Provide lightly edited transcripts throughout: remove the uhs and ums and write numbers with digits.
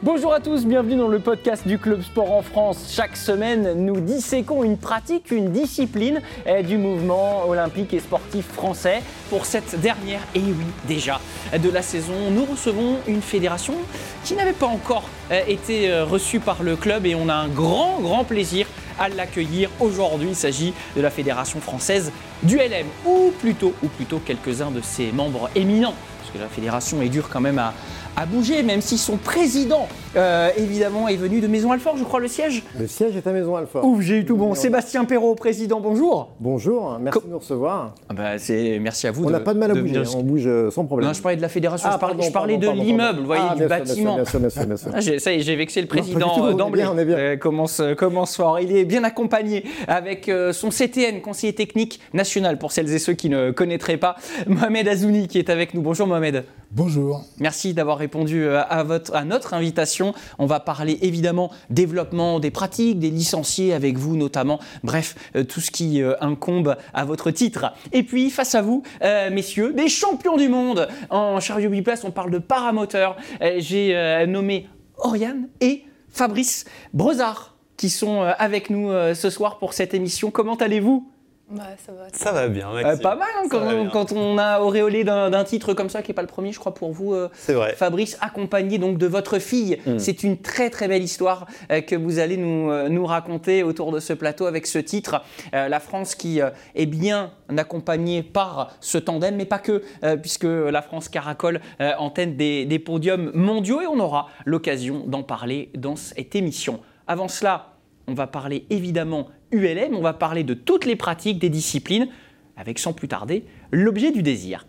Bonjour à tous, bienvenue dans le podcast du Club Sport en France. Chaque semaine, nous disséquons une pratique, une discipline du mouvement olympique et sportif français. Pour cette dernière, et oui déjà, de la saison, nous recevons une fédération qui n'avait pas encore été reçue par le club et on a un grand plaisir à l'accueillir aujourd'hui. Il s'agit de la Fédération française du LM, ou plutôt quelques-uns de ses membres éminents, parce que la fédération est dure quand même à bouger, même si son président, évidemment, est venu de Maisons-Alfort, je crois, le siège. Le siège est à Maisons-Alfort. Ouf, j'ai eu tout bon. Sébastien Perrault, président, bonjour. Bonjour, merci de nous recevoir. Merci à vous. On n'a pas de mal à bouger, on bouge sans problème. Non, je parlais de la fédération, je parlais de l'immeuble, vous voyez, du bâtiment. Bien sûr. Ça y est, j'ai vexé le président d'emblée. On est bien. Commence fort. Il est bien accompagné avec son CTN, conseiller technique national, pour celles et ceux qui ne connaîtraient pas, Mohamed Azouni, qui est avec nous. Bonjour Mohamed. Bonjour. Merci d'avoir répondu à notre invitation. On va parler évidemment développement des pratiques, des licenciés avec vous notamment. Bref, tout ce qui incombe à votre titre. Et puis face à vous, messieurs, des champions du monde en chariot biplace. On parle de paramoteur. J'ai nommé Oriane et Fabrice Brezard qui sont avec nous ce soir pour cette émission. Comment allez-vous ? Ça va bien, Maxime. Pas mal quand on a auréolé d'un titre comme ça, qui n'est pas le premier, je crois, pour vous, c'est vrai. Fabrice, accompagné donc de votre fille. C'est une très belle histoire que vous allez nous raconter autour de ce plateau avec ce titre. La France qui est bien accompagnée par ce tandem, mais pas que, puisque la France caracole en tête des podiums mondiaux et on aura l'occasion d'en parler dans cette émission. Avant cela, on va parler évidemment ULM, on va parler de toutes les pratiques, des disciplines, avec sans plus tarder l'objet du désir.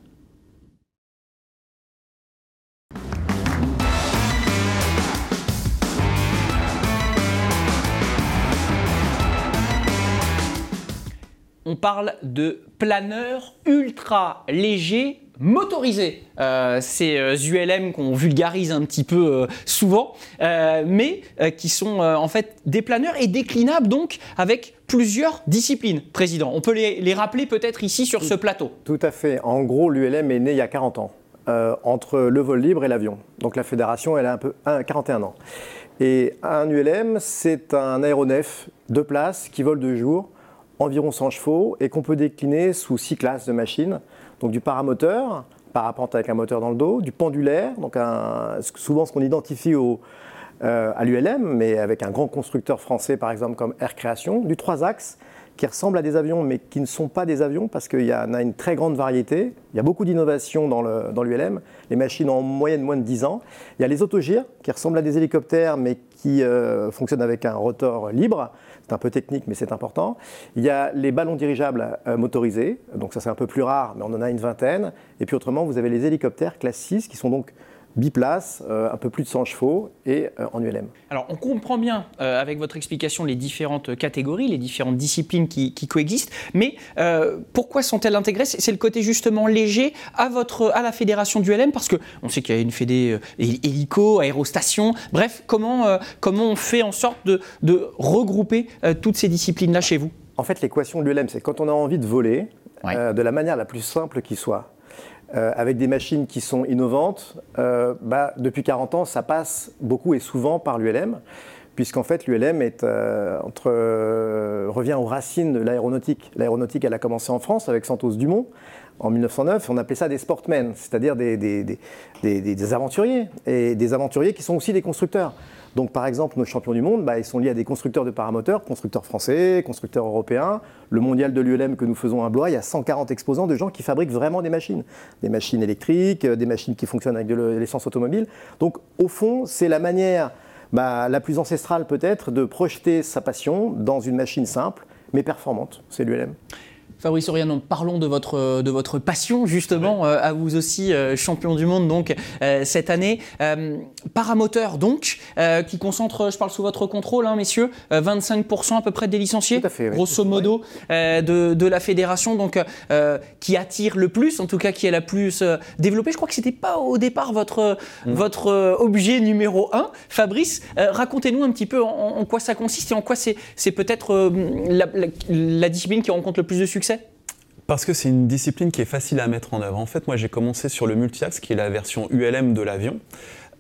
On parle de planeurs ultra légers motorisés. Ces ULM qu'on vulgarise un petit peu souvent, mais qui sont en fait des planeurs et déclinables donc avec plusieurs disciplines. Président, on peut les rappeler peut-être ici sur ce plateau. Tout à fait. En gros, l'ULM est né il y a 40 ans, entre le vol libre et l'avion. Donc la fédération, elle a 41 ans. Et un ULM, c'est un aéronef de place qui vole de jour, environ 100 chevaux, et qu'on peut décliner sous 6 classes de machines. Donc du paramoteur, parapente avec un moteur dans le dos, du pendulaire, donc souvent ce qu'on identifie à l'ULM, mais avec un grand constructeur français par exemple comme Air Création, du 3 axes, qui ressemblent à des avions mais qui ne sont pas des avions parce qu'il y en a une très grande variété. Il y a beaucoup d'innovations dans l'ULM, les machines ont en moyenne moins de 10 ans. Il y a les autogyres qui ressemblent à des hélicoptères mais qui fonctionnent avec un rotor libre. C'est un peu technique mais c'est important. Il y a les ballons dirigeables motorisés, donc ça c'est un peu plus rare mais on en a une vingtaine. Et puis autrement vous avez les hélicoptères classe 6 qui sont donc biplace, un peu plus de 100 chevaux et en ULM. Alors on comprend bien avec votre explication les différentes catégories, les différentes disciplines qui coexistent, mais pourquoi sont-elles intégrées ? C'est le côté justement léger à la fédération du LM, parce qu'on sait qu'il y a une fédé hélico, aérostation, bref, comment on fait en sorte de regrouper toutes ces disciplines-là chez vous ? En fait l'équation de l'ULM, c'est quand on a envie de voler, de la manière la plus simple qui soit, avec des machines qui sont innovantes, depuis 40 ans, ça passe beaucoup et souvent par l'ULM, puisqu'en fait l'ULM revient aux racines de l'aéronautique. L'aéronautique, elle a commencé en France avec Santos Dumont en 1909, on appelait ça des sportmen, c'est-à-dire des aventuriers, et des aventuriers qui sont aussi des constructeurs. Donc par exemple, nos champions du monde, ils sont liés à des constructeurs de paramoteurs, constructeurs français, constructeurs européens. Le mondial de l'ULM que nous faisons à Blois, il y a 140 exposants de gens qui fabriquent vraiment des machines électriques, des machines qui fonctionnent avec de l'essence automobile. Donc au fond, c'est la manière la plus ancestrale peut-être de projeter sa passion dans une machine simple mais performante, c'est l'ULM. Fabrice Oriane, parlons de votre passion justement, à vous aussi champion du monde donc cette année. Paramoteur donc, qui concentre, je parle sous votre contrôle messieurs, 25% à peu près des licenciés, tout à fait, oui. Grosso modo, de la fédération, donc qui attire le plus, en tout cas qui est la plus développée. Je crois que c'était pas au départ votre objet numéro 1. Fabrice, racontez-nous un petit peu en quoi ça consiste et en quoi c'est peut-être la discipline qui rencontre le plus de succès. Parce que c'est une discipline qui est facile à mettre en œuvre. En fait, moi, j'ai commencé sur le multi-axe, qui est la version ULM de l'avion.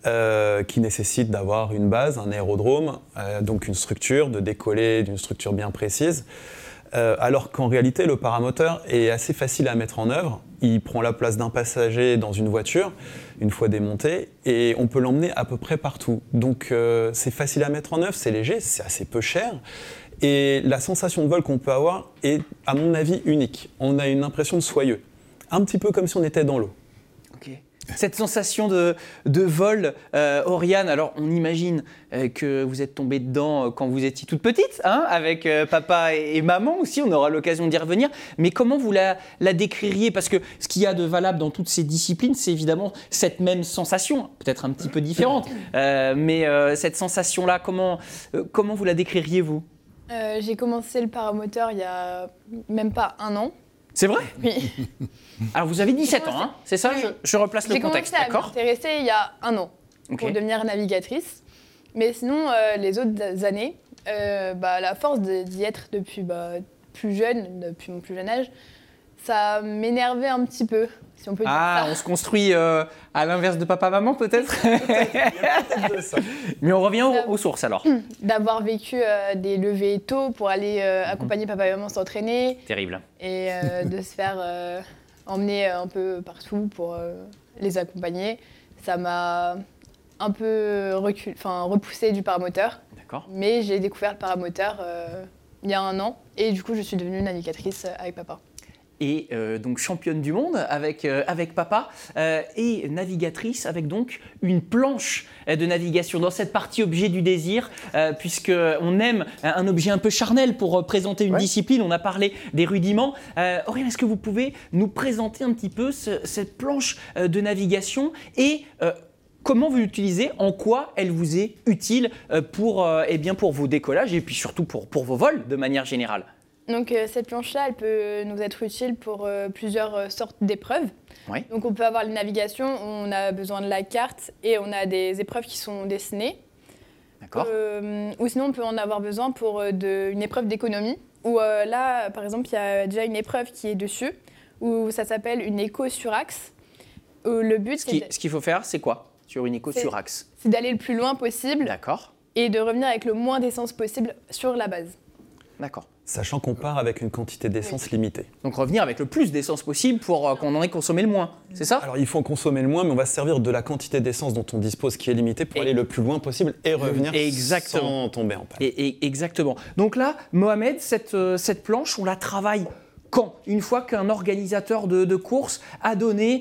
qui nécessite d'avoir une base, un aérodrome, donc une structure, de décoller d'une structure bien précise. Alors qu'en réalité, le paramoteur est assez facile à mettre en œuvre. Il prend la place d'un passager dans une voiture, une fois démonté, et on peut l'emmener à peu près partout. Donc c'est facile à mettre en œuvre, c'est léger, c'est assez peu cher. Et la sensation de vol qu'on peut avoir est, à mon avis, unique. On a une impression de soyeux, un petit peu comme si on était dans l'eau. Okay. Cette sensation de vol, Oriane, alors on imagine que vous êtes tombée dedans quand vous étiez toute petite, hein, avec papa et maman aussi, on aura l'occasion d'y revenir, mais comment vous la décririez? Parce que ce qu'il y a de valable dans toutes ces disciplines, c'est évidemment cette même sensation, peut-être un petit peu différente, mais cette sensation-là, comment vous la décririez vous? J'ai commencé le paramoteur il y a même pas 1 an. C'est vrai? Oui. Alors vous avez 17 ans, hein, c'est ça? Oui. Je replace le contexte, d'accord? J'ai d'accord? commencé à m'intéresser il y a 1 an pour devenir navigatrice. Mais sinon, les autres années, la force d'y être depuis plus jeune, depuis mon plus jeune âge, ça m'énervait un petit peu, si on peut dire ça. On se construit à l'inverse de papa-maman peut-être? Mais on revient aux sources alors. D'avoir vécu des levées tôt pour aller accompagner papa et maman s'entraîner. Terrible. Et de se faire emmener un peu partout pour les accompagner. Ça m'a un peu repoussé du paramoteur. D'accord. Mais j'ai découvert le paramoteur il y a 1 an. Et du coup, je suis devenue navigatrice avec papa. Et donc championne du monde avec papa et navigatrice avec donc une planche de navigation dans cette partie objet du désir, puisqu'on aime un objet un peu charnel pour présenter une discipline. On a parlé des rudiments. Oriane, est-ce que vous pouvez nous présenter un petit peu cette planche de navigation et comment vous l'utilisez, en quoi elle vous est utile pour vos décollages et puis surtout pour vos vols de manière générale? Donc cette planche-là, elle peut nous être utile pour plusieurs sortes d'épreuves. Oui. Donc on peut avoir les navigations, on a besoin de la carte et on a des épreuves qui sont dessinées. D'accord. Ou sinon on peut en avoir besoin pour une épreuve d'économie. Où là, par exemple, il y a déjà une épreuve qui est dessus, où ça s'appelle une éco sur axe. Le but, ce qu'il faut faire, c'est quoi sur une éco sur axe? C'est d'aller le plus loin possible. D'accord. Et de revenir avec le moins d'essence possible sur la base. D'accord. Sachant qu'on part avec une quantité d'essence limitée. Donc revenir avec le plus d'essence possible pour qu'on en ait consommé le moins, c'est ça? Alors il faut en consommer le moins, mais on va se servir de la quantité d'essence dont on dispose qui est limitée pour aller le plus loin possible et revenir sans tomber en panne. Exactement. Donc là, Mohamed, cette planche, on la travaille quand? Une fois qu'un organisateur de course a donné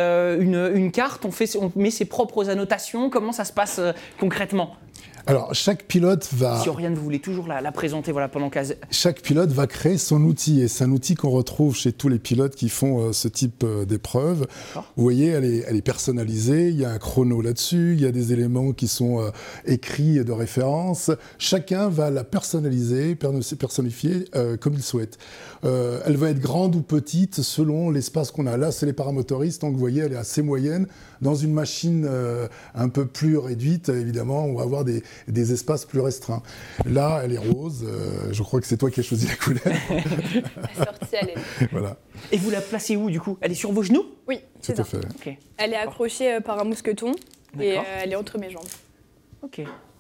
une carte, on met ses propres annotations, comment ça se passe concrètement? Alors, chaque pilote va... Si Oriane, vous voulez toujours la présenter pendant qu'elle... Chaque pilote va créer son outil, et c'est un outil qu'on retrouve chez tous les pilotes qui font ce type d'épreuve. D'accord. Vous voyez, elle est personnalisée, il y a un chrono là-dessus, il y a des éléments qui sont écrits de référence. Chacun va la personnaliser, personnifier comme il souhaite. Elle va être grande ou petite selon l'espace qu'on a. Là, c'est les paramotoristes, donc vous voyez, elle est assez moyenne. Dans une machine un peu plus réduite, évidemment, on va avoir des espaces plus restreints. Là, elle est rose. Je crois que c'est toi qui as choisi la couleur. La sortie, elle est... Voilà. Et vous la placez où, du coup? Elle est sur vos genoux? Oui, c'est Tout à ça. fait. Okay. Elle est accrochée par un mousqueton et D'accord. elle est entre mes jambes. Ok.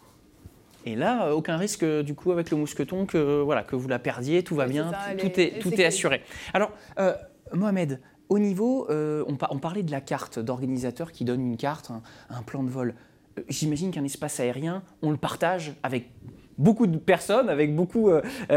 Et là, aucun risque, du coup, avec le mousqueton que vous la perdiez, tout va bien, ça, tout est assuré. Alors, Mohamed, au niveau, on parlait de la carte d'organisateur qui donne une carte, un plan de vol. J'imagine qu'un espace aérien, on le partage avec beaucoup de personnes, avec beaucoup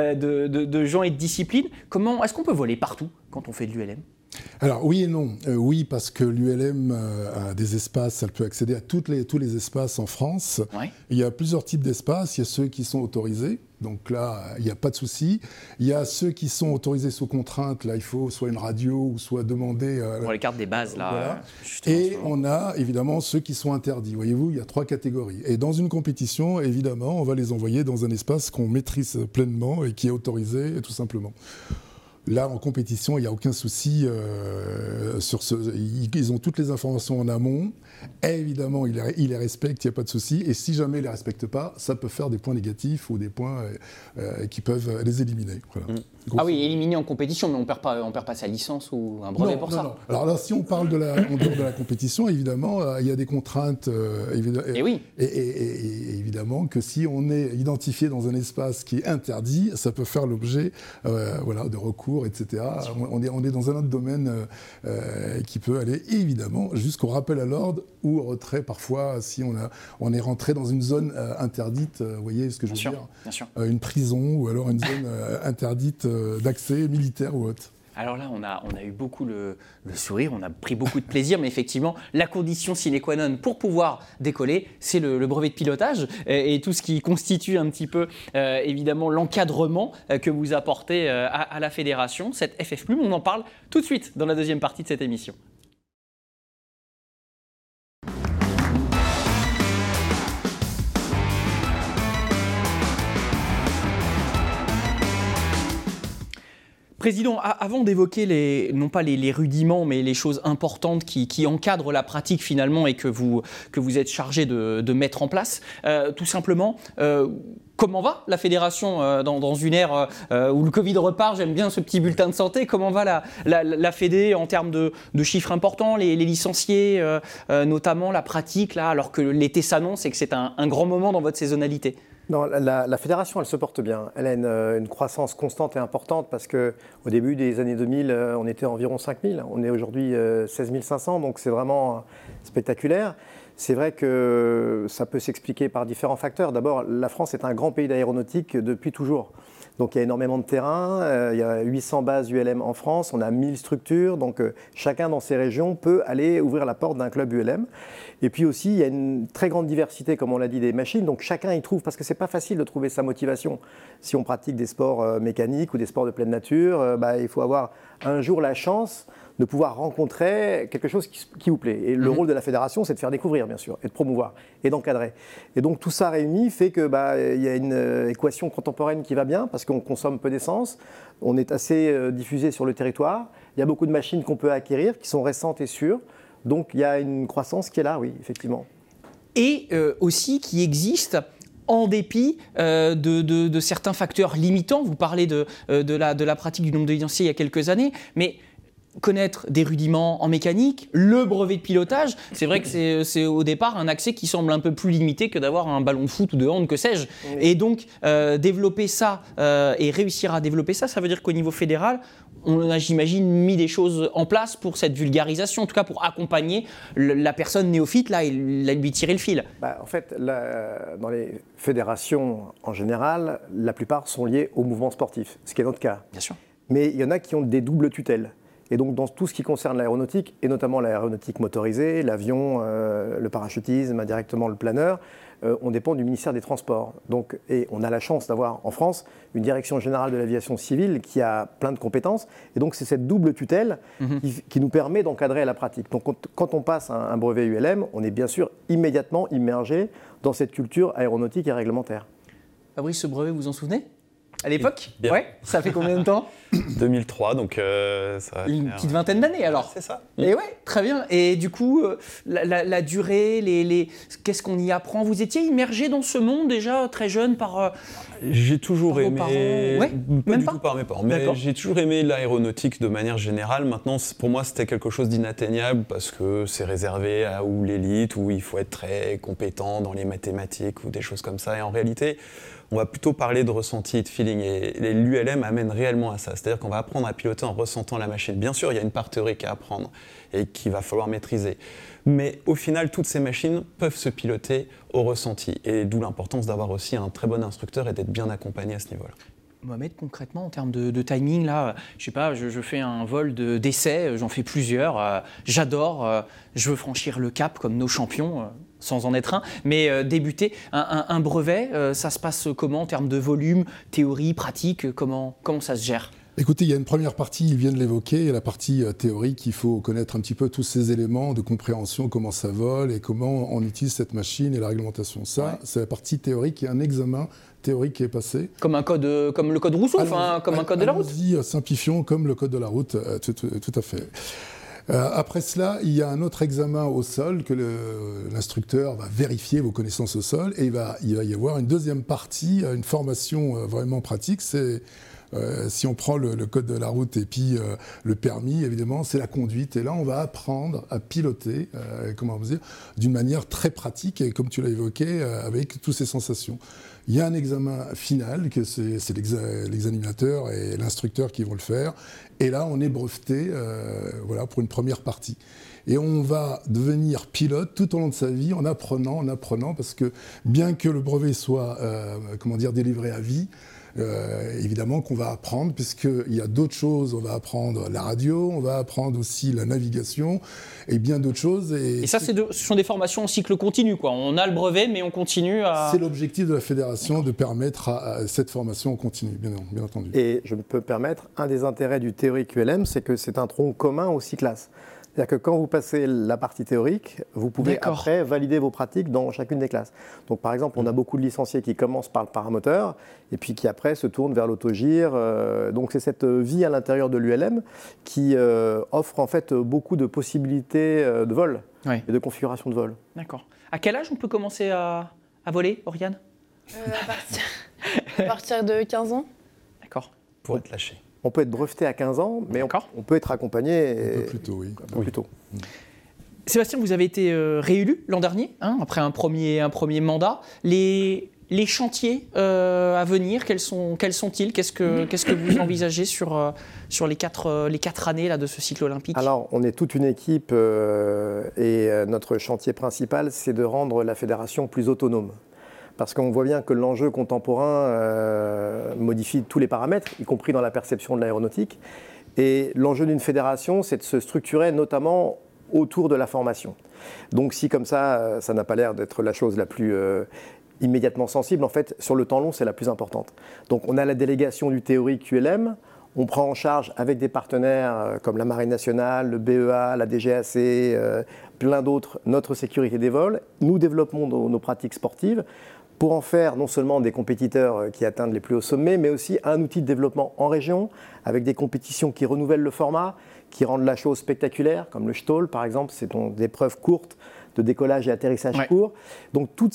de gens et de disciplines. Est-ce qu'on peut voler partout quand on fait de l'ULM? Alors oui et non. Oui, parce que l'ULM a des espaces, elle peut accéder à tous les espaces en France. Ouais. Il y a plusieurs types d'espaces. Il y a ceux qui sont autorisés, donc là, il n'y a pas de souci. Il y a ceux qui sont autorisés sous contrainte. Là, il faut soit une radio ou soit demander... Pour les cartes des bases, là. Voilà. Et on a évidemment ceux qui sont interdits. Voyez-vous, il y a 3 catégories. Et dans une compétition, évidemment, on va les envoyer dans un espace qu'on maîtrise pleinement et qui est autorisé, tout simplement. Là, en compétition, il n'y a aucun souci sur ce. Ils ont toutes les informations en amont. Et évidemment, ils les respectent, il n'y a pas de souci. Et si jamais ils ne les respectent pas, ça peut faire des points négatifs ou des points qui peuvent les éliminer. Voilà. Ah oui, éliminer en compétition, mais on perd pas sa licence ou un brevet pour ça. Non. Alors là, si on parle en dehors de la compétition, évidemment, il y a des contraintes. Et oui. Et évidemment que si on est identifié dans un espace qui est interdit, ça peut faire l'objet de recours, etc. On est dans un autre domaine qui peut aller évidemment jusqu'au rappel à l'ordre ou au retrait parfois si on est rentré dans une zone interdite. Vous voyez ce que je veux dire ? Bien sûr. Une prison ou alors une zone interdite d'accès militaire ou autre. Alors là, on a eu beaucoup le sourire, on a pris beaucoup de plaisir, mais effectivement, la condition sine qua non pour pouvoir décoller, c'est le brevet de pilotage et tout ce qui constitue un petit peu, évidemment, l'encadrement que vous apportez à la fédération, cette FF Plume. On en parle tout de suite dans la deuxième partie de cette émission. Président, avant d'évoquer non pas les rudiments, mais les choses importantes qui encadrent la pratique finalement et que vous êtes chargé de mettre en place, tout simplement, comment va la fédération dans une ère où le Covid repart? J'aime bien ce petit bulletin de santé. Comment va la fédé en termes de chiffres importants, les licenciés, notamment la pratique, là, alors que l'été s'annonce et que c'est un grand moment dans votre saisonnalité? Non, la fédération, elle se porte bien. Elle a une croissance constante et importante parce qu'au début des années 2000, on était environ 5000. On est aujourd'hui 16 500, donc c'est vraiment spectaculaire. C'est vrai que ça peut s'expliquer par différents facteurs. D'abord, la France est un grand pays d'aéronautique depuis toujours. Donc il y a énormément de terrain, il y a 800 bases ULM en France, on a 1000 structures, donc chacun dans ses régions peut aller ouvrir la porte d'un club ULM. Et puis aussi, il y a une très grande diversité, comme on l'a dit, des machines, donc chacun y trouve, parce que c'est pas facile de trouver sa motivation. Si on pratique des sports mécaniques ou des sports de pleine nature, il faut avoir un jour la chance de pouvoir rencontrer quelque chose qui vous plaît. Et le rôle de la fédération, c'est de faire découvrir, bien sûr, et de promouvoir, et d'encadrer. Et donc tout ça réuni fait que il y a une équation contemporaine qui va bien, parce qu'on consomme peu d'essence, on est assez diffusé sur le territoire, il y a beaucoup de machines qu'on peut acquérir, qui sont récentes et sûres, donc il y a une croissance qui est là, oui, effectivement. Et aussi qui existe en dépit de certains facteurs limitants. Vous parlez de la pratique du nombre de licenciés il y a quelques années, mais connaître des rudiments en mécanique, le brevet de pilotage, c'est vrai que c'est au départ un accès qui semble un peu plus limité que d'avoir un ballon de foot ou de hand, que sais-je. Oui. Et donc, développer ça et réussir à développer ça, ça veut dire qu'au niveau fédéral, on a, j'imagine, mis des choses en place pour cette vulgarisation, en tout cas pour accompagner la personne néophyte là, et lui tirer le fil. En fait, dans les fédérations en général, la plupart sont liées au mouvement sportif, ce qui est notre cas. Bien sûr. Mais il y en a qui ont des doubles tutelles. Et donc, dans tout ce qui concerne l'aéronautique, et notamment l'aéronautique motorisée, l'avion, le parachutisme, indirectement le planeur, on dépend du ministère des Transports. Donc, et on a la chance d'avoir en France une direction générale de l'aviation civile qui a plein de compétences. Et donc, c'est cette double tutelle qui nous permet d'encadrer la pratique. Donc, quand on passe un brevet ULM, on est bien sûr immédiatement immergé dans cette culture aéronautique et réglementaire. Fabrice, ce brevet, vous vous en souvenez ? À l'époque ? Ouais. Ça fait combien de temps ? 2003, donc ça va une petite vingtaine d'années alors. C'est ça. Et ouais, très bien. Et du coup, la durée, qu'est-ce qu'on y apprend ? Vous étiez immergé dans ce monde déjà très jeune par j'ai toujours aimé, ouais, pas même du tout par mes parents, mais j'ai toujours aimé l'aéronautique de manière générale. Maintenant, pour moi, c'était quelque chose d'inatteignable parce que c'est réservé à l'élite, où il faut être très compétent dans les mathématiques ou des choses comme ça. Et en réalité, on va plutôt parler de ressenti et de feeling. Et l'ULM amène réellement à ça. C'est-à-dire qu'on va apprendre à piloter en ressentant la machine. Bien sûr, il y a une part théorique à apprendre et qu'il va falloir maîtriser. Mais au final, toutes ces machines peuvent se piloter au ressenti. Et d'où l'importance d'avoir aussi un très bon instructeur et d'être bien accompagné à ce niveau-là. Mohamed, concrètement, en termes de timing, là, je sais pas, je fais un vol d'essai, j'en fais plusieurs, j'adore, je veux franchir le cap comme nos champions, sans en être un, mais débuter un brevet, ça se passe comment en termes de volume, théorie, pratique, comment ça se gère ? Écoutez, il y a une première partie, il vient de l'évoquer, la partie théorique, il faut connaître un petit peu tous ces éléments de compréhension, comment ça vole et comment on utilise cette machine et la réglementation. Ça, c'est la partie théorique, il y a un examen théorique qui est passé. Comme le code Rousseau, comme un code de la route. Allons-y, simplifions comme le code de la route, tout à fait. Après cela, il y a un autre examen au sol que l'instructeur va vérifier vos connaissances au sol et il va y avoir une deuxième partie, une formation vraiment pratique. C'est si on prend le code de la route et puis le permis, évidemment, c'est la conduite. Et là, on va apprendre à piloter, d'une manière très pratique et comme tu l'as évoqué, avec toutes ces sensations. Il y a un examen final, que c'est l'examinateur et l'instructeur qui vont le faire. Et là, on est breveté pour une première partie. Et on va devenir pilote tout au long de sa vie en apprenant, parce que bien que le brevet soit délivré à vie, évidemment qu'on va apprendre, puisqu'il y a d'autres choses. On va apprendre la radio, on va apprendre aussi la navigation et bien d'autres choses. Et ça, ce sont des formations en cycle continu, quoi. On a le brevet, mais on continue à... C'est l'objectif de la fédération de permettre à cette formation en continu, bien entendu. Et je peux me permettre, un des intérêts du théorique ULM, c'est que c'est un tronc commun aux 6 classes. C'est-à-dire que quand vous passez la partie théorique, vous pouvez après valider vos pratiques dans chacune des classes. Donc par exemple, on a beaucoup de licenciés qui commencent par le paramoteur et puis qui après se tournent vers l'autogire. Donc c'est cette vie à l'intérieur de l'ULM qui offre en fait beaucoup de possibilités de vol et de configuration de vol. D'accord. À quel âge on peut commencer à voler, Oriane ? À partir de 15 ans. D'accord. Pour être lâché. On peut être breveté à 15 ans, mais on peut être accompagné un peu plus tôt, oui. Un peu plus tôt. Sébastien, vous avez été réélu l'an dernier, après un premier mandat. Les chantiers à venir, quels sont-ils ? Qu'est-ce que vous envisagez sur les 4 années là, de ce cycle olympique ? Alors, on est toute une équipe et notre chantier principal, c'est de rendre la fédération plus autonome. Parce qu'on voit bien que l'enjeu contemporain modifie tous les paramètres, y compris dans la perception de l'aéronautique. Et l'enjeu d'une fédération, c'est de se structurer notamment autour de la formation. Donc si comme ça n'a pas l'air d'être la chose la plus immédiatement sensible, en fait, sur le temps long, c'est la plus importante. Donc on a la délégation du théorique ULM, on prend en charge avec des partenaires comme la Marine nationale, le BEA, la DGAC, plein d'autres, notre sécurité des vols. Nous développons nos pratiques sportives pour en faire non seulement des compétiteurs qui atteignent les plus hauts sommets, mais aussi un outil de développement en région, avec des compétitions qui renouvellent le format, qui rendent la chose spectaculaire, comme le Stoll par exemple, c'est des épreuves courtes de décollage et atterrissage court. Donc tous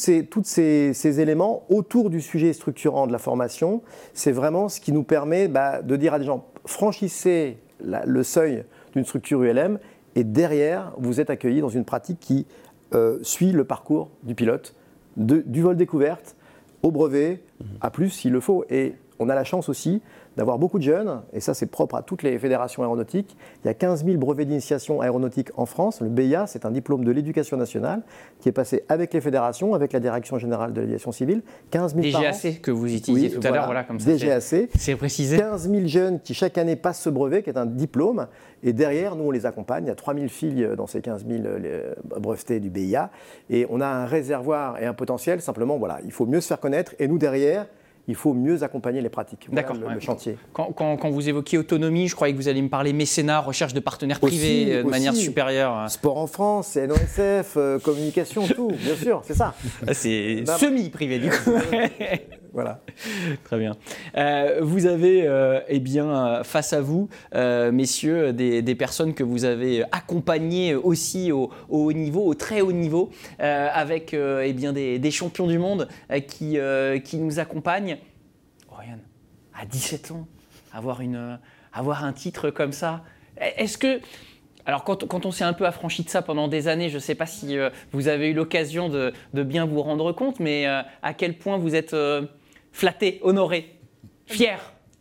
ces éléments autour du sujet structurant de la formation, c'est vraiment ce qui nous permet de dire à des gens, franchissez le seuil d'une structure ULM, et derrière, vous êtes accueillis dans une pratique qui suit le parcours du pilote, du vol découverte au brevet, à plus s'il le faut. Et on a la chance aussi d'avoir beaucoup de jeunes, et ça c'est propre à toutes les fédérations aéronautiques. Il y a 15 000 brevets d'initiation aéronautique en France. Le BIA, c'est un diplôme de l'éducation nationale qui est passé avec les fédérations, avec la Direction Générale de l'Aviation Civile. 15 000 par an. DGAC que vous utilisiez tout à l'heure, comme ça. DGAC. C'est précisé. 15 000 jeunes qui chaque année passent ce brevet, qui est un diplôme. Et derrière, nous on les accompagne. Il y a 3 000 filles dans ces 15 000 brevetés du BIA. Et on a un réservoir et un potentiel. Simplement, il faut mieux se faire connaître. Et nous derrière, il faut mieux accompagner les pratiques. D'accord. Le chantier. Quand vous évoquiez autonomie, je croyais que vous alliez me parler mécénat, recherche de partenaires privés de manière supérieure. Sport en France, NOSF, communication, tout, bien sûr, c'est ça. C'est semi-privé du coup. Voilà. Très bien. Vous avez face à vous, messieurs, des personnes que vous avez accompagnées aussi au haut niveau, au très haut niveau, avec des champions du monde qui nous accompagnent. Oriane, à 17 ans, avoir un titre comme ça, est-ce que... Alors quand on s'est un peu affranchi de ça pendant des années, je ne sais pas si vous avez eu l'occasion de bien vous rendre compte, mais à quel point vous êtes flatté, honoré, fier.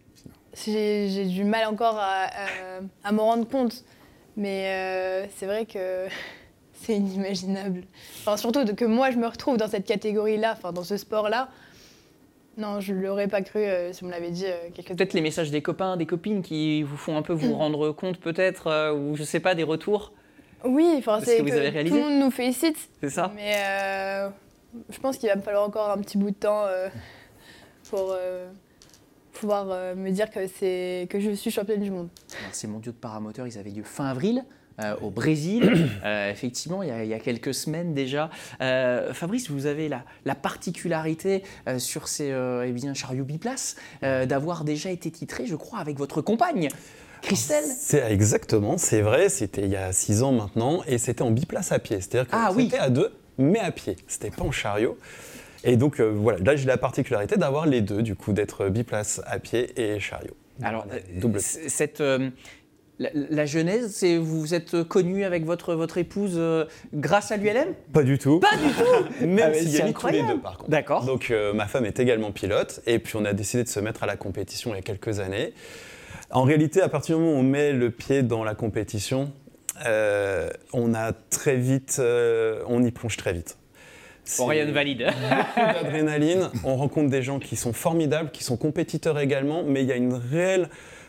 J'ai du mal encore à m'en rendre compte, mais c'est vrai que c'est inimaginable. Enfin, surtout que moi je me retrouve dans cette catégorie-là, dans ce sport-là. Non, je ne l'aurais pas cru si on me l'avait dit quelques temps. Peut-être les messages des copains, des copines qui vous font un peu vous rendre compte peut-être, ou je ne sais pas, des retours. Oui, c'est que vous avez réalisé. Tout le monde nous félicite. C'est ça. Mais je pense qu'il va me falloir encore un petit bout de temps pouvoir me dire que je suis championne du monde. Alors, ces mondiaux de paramoteur, ils avaient lieu fin avril. Au Brésil, effectivement, il y a quelques semaines déjà. Fabrice, vous avez la particularité sur ces chariots biplaces d'avoir déjà été titré, je crois, avec votre compagne, Christelle. Exactement, c'est vrai, c'était il y a 6 ans maintenant, et c'était en biplace à pied. C'est-à-dire que c'était à 2, mais à pied. C'était pas en chariot. Et donc voilà, là j'ai la particularité d'avoir les deux, du coup, d'être biplace à pied et chariot. Alors, double. La genèse, vous êtes connu avec votre épouse grâce à l'ULM ? Pas du tout. Pas du tout. Même s'il y a mis tous les deux, par contre. D'accord. Donc ma femme est également pilote, et puis on a décidé de se mettre à la compétition il y a quelques années. En réalité, à partir du moment où on met le pied dans la compétition, on y plonge très vite. Oriane valide. Beaucoup d'adrénaline, on rencontre des gens qui sont formidables, qui sont compétiteurs également, mais il y a une réelle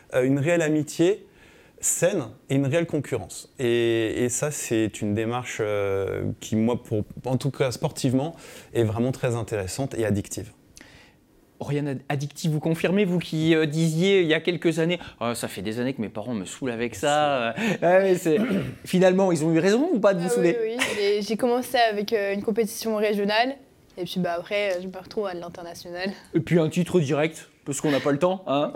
amitié saine et une réelle concurrence. Et ça, c'est une démarche qui, moi, en tout cas sportivement, est vraiment très intéressante et addictive. Oriane, addictive, vous confirmez, vous qui disiez il y a quelques années ça fait des années que mes parents me saoulent avec ça. Finalement, ils ont eu raison ou pas de vous saouler ? Oui. J'ai commencé avec une compétition régionale et puis après, je me retrouve à l'international. Et puis un titre direct, parce qu'on n'a pas le temps. Hein.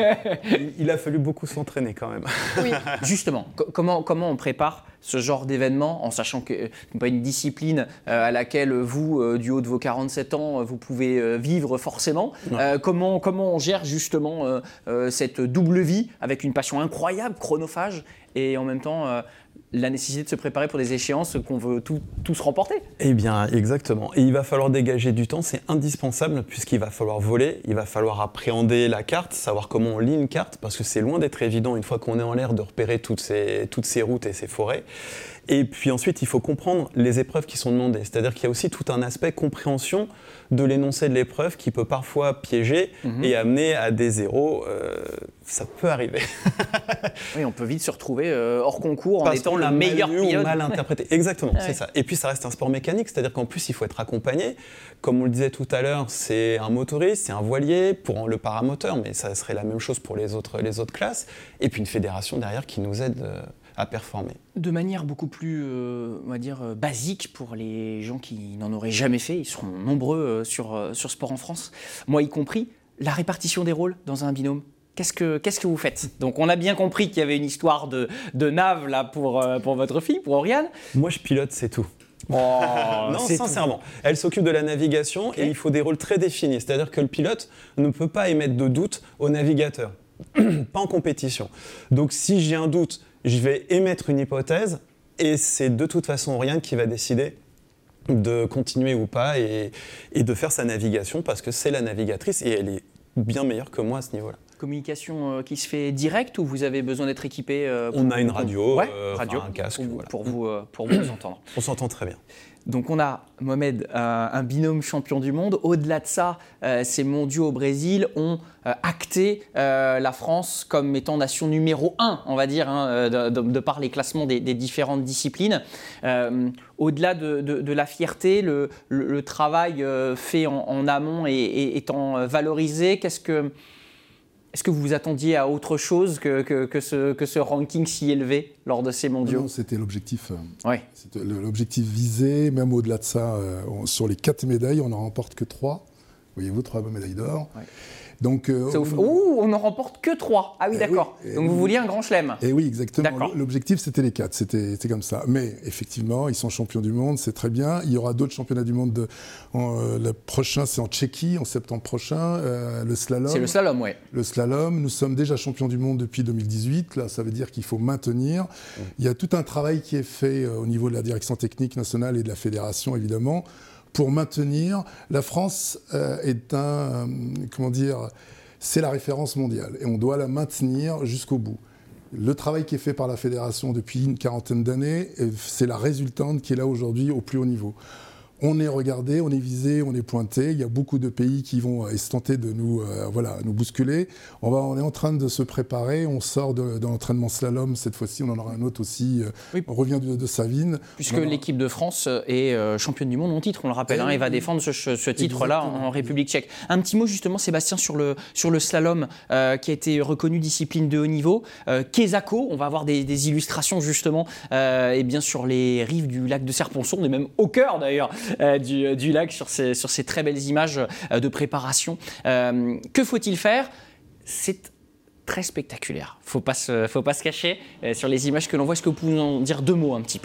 Il a fallu beaucoup s'entraîner quand même. Oui. Justement, comment on prépare ce genre d'événement en sachant que ce n'est pas une discipline à laquelle vous, du haut de vos 47 ans, vous pouvez vivre forcément. Comment on gère justement cette double vie avec une passion incroyable, chronophage, et en même temps la nécessité de se préparer pour des échéances qu'on veut tous remporter ? Eh bien, exactement. Et il va falloir dégager du temps, c'est indispensable puisqu'il va falloir voler, il va falloir appréhender la carte, savoir comment on lit une carte, parce que c'est loin d'être évident une fois qu'on est en l'air de repérer toutes ces routes et ces forêts. Et puis ensuite, il faut comprendre les épreuves qui sont demandées. C'est-à-dire qu'il y a aussi tout un aspect compréhension de l'énoncé de l'épreuve qui peut parfois piéger et amener à des zéros. Ça peut arriver. Oui, on peut vite se retrouver hors concours parce en étant le meilleur pilote. Mal interprété. Exactement, c'est ça. Et puis ça reste un sport mécanique, c'est-à-dire qu'en plus, il faut être accompagné. Comme on le disait tout à l'heure, c'est un motoriste, c'est un voilier pour le paramoteur, mais ça serait la même chose pour les autres classes. Et puis une fédération derrière qui nous aide à performer. De manière beaucoup plus, on va dire, basique pour les gens qui n'en auraient jamais fait, ils seront nombreux sur Sport en France, moi y compris, la répartition des rôles dans un binôme. Qu'est-ce que vous faites ? Donc on a bien compris qu'il y avait une histoire de nav là pour votre fille, pour Oriane. Moi je pilote, c'est tout. Non, sincèrement. Elle s'occupe de la navigation et il faut des rôles très définis. C'est-à-dire que le pilote ne peut pas émettre de doute au navigateur. Pas en compétition. Donc si j'ai un doute, je vais émettre une hypothèse et c'est de toute façon Oriane qui va décider de continuer ou pas et de faire sa navigation parce que c'est la navigatrice et elle est bien meilleure que moi à ce niveau-là. Communication qui se fait direct ou vous avez besoin d'être équipé On a une radio, radio un casque. Pour vous entendre. On s'entend très bien. Donc on a, Mohamed, un binôme champion du monde. Au-delà de ça, ces mondiaux au Brésil ont acté la France comme étant nation numéro 1, on va dire, de par les classements des différentes disciplines. Au-delà de la fierté, le travail fait en amont étant valorisé, est-ce que vous vous attendiez à autre chose que ce ranking si élevé lors de ces mondiaux ? Non, c'était l'objectif. Ouais. C'était l'objectif visé, même au-delà de ça, sur les 4 médailles, on n'en remporte que 3. Voyez-vous, 3 médailles d'or. Ouais. Donc, on n'en remporte que 3. Ah oui, d'accord. Donc vous vouliez un grand chelem. Et oui, exactement. L'objectif, c'était les 4. C'était comme ça. Mais effectivement, ils sont champions du monde, c'est très bien. Il y aura d'autres championnats du monde. Le prochain, c'est en Tchéquie, en septembre prochain. Le slalom. C'est le slalom, oui. Le slalom. Nous sommes déjà champions du monde depuis 2018. Là, ça veut dire qu'il faut maintenir. Il y a tout un travail qui est fait au niveau de la direction technique nationale et de la fédération, évidemment, pour maintenir. La France est c'est la référence mondiale et on doit la maintenir jusqu'au bout. Le travail qui est fait par la fédération depuis une quarantaine d'années, c'est la résultante qui est là aujourd'hui au plus haut niveau. On est regardé, on est visé, on est pointé. Il y a beaucoup de pays qui vont tenter de nous bousculer. On est en train de se préparer. On sort de l'entraînement slalom. Cette fois-ci, on en aura un autre aussi. On revient de Savine. Puisque l'équipe de France est championne du monde en titre, on le rappelle, et va défendre ce titre-là en République tchèque. Un petit mot justement, Sébastien, sur le slalom qui a été reconnu discipline de haut niveau. Quesaco, on va avoir des illustrations justement sur les rives du lac de Serponçon, on est même au cœur d'ailleurs du lac sur ces très belles images de préparation. Que faut-il faire ? C'est très spectaculaire. Faut pas se cacher sur les images que l'on voit. Est-ce que vous pouvez en dire 2 mots un petit peu ?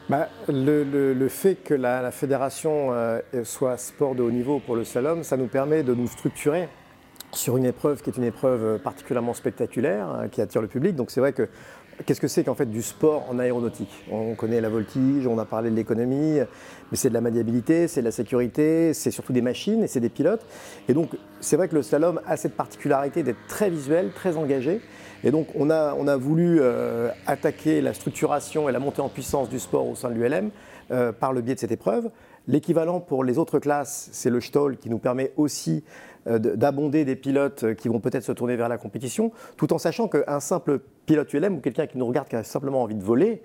Le fait que la fédération soit sport de haut niveau pour le slalom, ça nous permet de nous structurer sur une épreuve qui est une épreuve particulièrement spectaculaire, qui attire le public. Donc c'est vrai que qu'est-ce que c'est qu'en fait du sport en aéronautique ? On connaît la voltige, on a parlé de l'économie, mais c'est de la maniabilité, c'est de la sécurité, c'est surtout des machines et c'est des pilotes. Et donc c'est vrai que le slalom a cette particularité d'être très visuel, très engagé. Et donc on a voulu attaquer la structuration et la montée en puissance du sport au sein de l'ULM par le biais de cette épreuve. L'équivalent pour les autres classes, c'est le Stoll qui nous permet aussi d'abonder des pilotes qui vont peut-être se tourner vers la compétition, tout en sachant qu'un simple pilote ULM ou quelqu'un qui nous regarde qui a simplement envie de voler,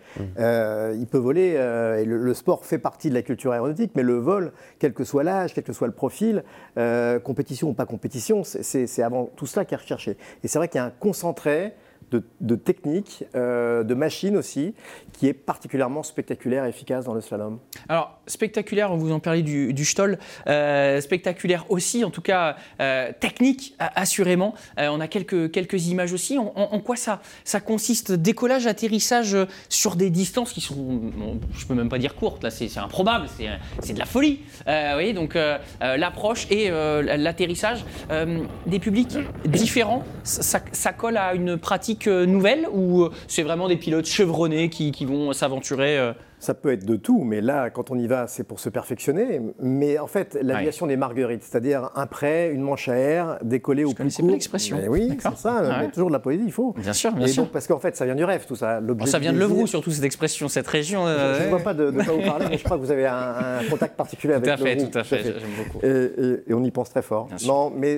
il peut voler. Et le sport fait partie de la culture aéronautique, mais le vol, quel que soit l'âge, quel que soit le profil, compétition ou pas compétition, c'est avant tout cela qui est recherché. Et c'est vrai qu'il y a un concentré de techniques, de machines aussi, qui est particulièrement spectaculaire et efficace dans le slalom. Alors, spectaculaire, vous en parlez du Stoll, spectaculaire aussi, en tout cas technique, assurément. On a quelques images aussi. En quoi ça consiste ? Décollage, atterrissage sur des distances qui sont, je ne peux même pas dire courtes, là c'est improbable, c'est de la folie. Vous voyez, donc l'approche et l'atterrissage, des publics différents, ça colle à une pratique nouvelle ou c'est vraiment des pilotes chevronnés qui vont s'aventurer Ça peut être de tout, mais là, quand on y va, c'est pour se perfectionner. Mais en fait, l'aviation des marguerites, c'est-à-dire un prêt, une manche à air, décoller au plus court. Je connaissais pas l'expression. Mais oui, c'est ça, mais toujours de la poésie, il faut. Bien sûr. Donc, parce qu'en fait, ça vient du rêve, tout ça. Ça vient de Levroux, surtout cette expression, cette région. Je ne vois pas de quoi vous parler, mais je crois que vous avez un contact particulier avec Levroux. Tout à fait, j'aime beaucoup. Et on y pense très fort. Non, mais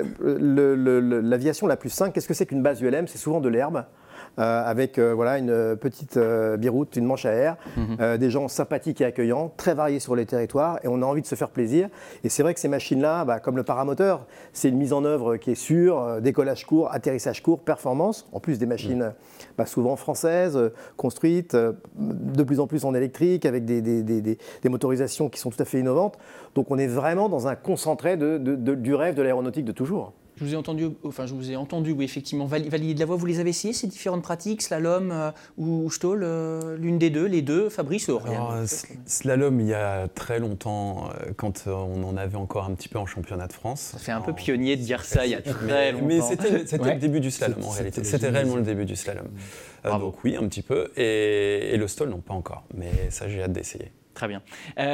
l'aviation la plus simple, qu'est-ce que c'est qu'une base ULM ? C'est souvent de l'herbe. Avec une petite biroute, une manche à air, des gens sympathiques et accueillants, très variés sur les territoires, et on a envie de se faire plaisir. Et c'est vrai que ces machines-là, comme le paramoteur, c'est une mise en œuvre qui est sûre, décollage court, atterrissage court, performance, en plus des machines souvent françaises, construites, de plus en plus en électrique, avec des motorisations qui sont tout à fait innovantes. Donc on est vraiment dans un concentré du rêve de l'aéronautique de toujours. Je vous ai entendu, oui, effectivement, valider de la voix. Vous les avez essayés, ces différentes pratiques, slalom ou Stoll, l'une des deux, les deux, Fabrice ou Aurélien ? Slalom, il y a très longtemps, quand on en avait encore un petit peu en championnat de France. Ça fait un peu pionnier de dire ça, il y a très longtemps. Mais c'était le début du slalom, en réalité. C'était réellement le début du slalom. Donc oui, un petit peu. Et le Stoll, non, pas encore. Mais ça, j'ai hâte d'essayer. Très bien.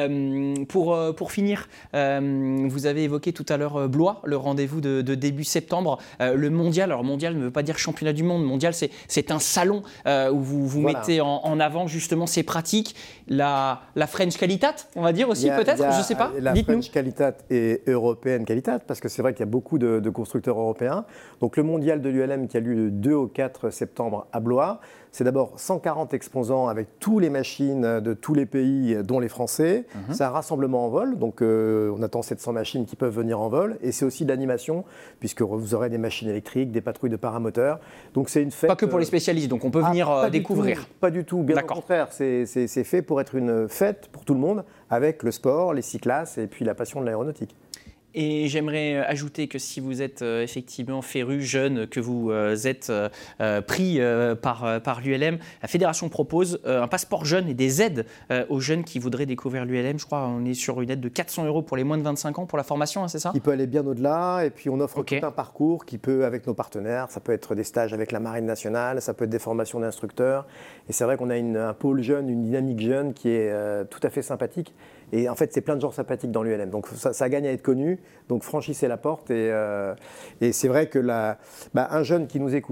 Pour finir, vous avez évoqué tout à l'heure Blois, le rendez-vous de début septembre, le mondial. Alors mondial ne veut pas dire championnat du monde. Mondial, c'est un salon où vous mettez en avant justement ces pratiques. La French Qualitat, on va dire aussi peut-être, je ne sais pas. La French Qualitat et européenne Qualitat, parce que c'est vrai qu'il y a beaucoup de constructeurs européens. Donc le mondial de l'ULM qui a lieu du 2 au 4 septembre à Blois, c'est d'abord 140 exposants avec toutes les machines de tous les pays, dont les Français. C'est un rassemblement en vol, donc on attend 700 machines qui peuvent venir en vol. Et c'est aussi de l'animation, puisque vous aurez des machines électriques, des patrouilles de paramoteurs. Donc c'est une fête. Pas que pour les spécialistes, donc on peut venir découvrir. Pas du tout, bien au contraire. C'est fait pour être une fête pour tout le monde, avec le sport, les cyclasses et puis la passion de l'aéronautique. Et j'aimerais ajouter que si vous êtes effectivement féru, jeune, que vous êtes pris par l'ULM, la fédération propose un passeport jeune et des aides aux jeunes qui voudraient découvrir l'ULM. Je crois qu'on est sur une aide de 400 € pour les moins de 25 ans pour la formation, hein, c'est ça ? Il peut aller bien au-delà, et puis on offre tout un parcours qui peut, avec nos partenaires, ça peut être des stages avec la Marine nationale, ça peut être des formations d'instructeurs. Et c'est vrai qu'on a un pôle jeune, une dynamique jeune qui est tout à fait sympathique. Et en fait, c'est plein de gens sympathiques dans l'ULM. Donc ça gagne à être connu. Donc franchissez la porte. Et c'est vrai que un jeune qui nous écoute,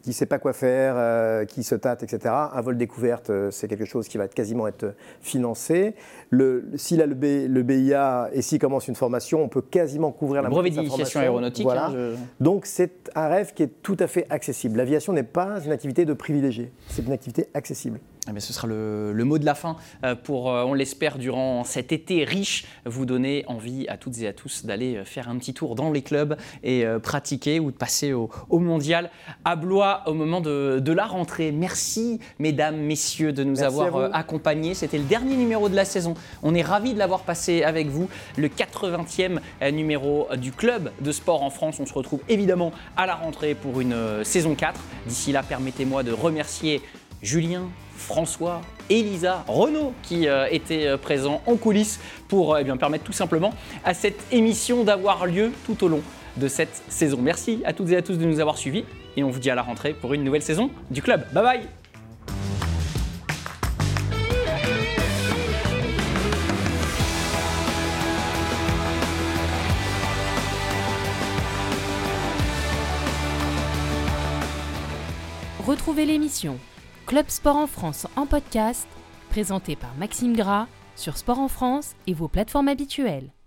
qui ne sait pas quoi faire, qui se tâte, etc. Un vol découverte, c'est quelque chose qui va quasiment être financé. S'il a le BIA et s'il commence une formation, on peut quasiment couvrir la brevet moitié de sa d'initiation formation. aéronautique. Voilà. Donc c'est un rêve qui est tout à fait accessible. L'aviation n'est pas une activité de privilégié, c'est une activité accessible. Eh bien, ce sera le mot de la fin pour, on l'espère, durant cet été riche, vous donner envie à toutes et à tous d'aller faire un petit tour dans les clubs et pratiquer ou de passer au mondial à Blois au moment de la rentrée. Merci mesdames, messieurs de nous avoir accompagnés. C'était le dernier numéro de la saison. On est ravis de l'avoir passé avec vous. Le 80e numéro du club de sport en France. On se retrouve évidemment à la rentrée pour une saison 4. D'ici là, permettez-moi de remercier Julien, François, Elisa, Renaud qui étaient présents en coulisses pour permettre tout simplement à cette émission d'avoir lieu tout au long de cette saison. Merci à toutes et à tous de nous avoir suivis et on vous dit à la rentrée pour une nouvelle saison du club. Bye bye. Retrouvez l'émission Club Sport en France en podcast, présentée par Maxime Gras sur Sport en France et vos plateformes habituelles.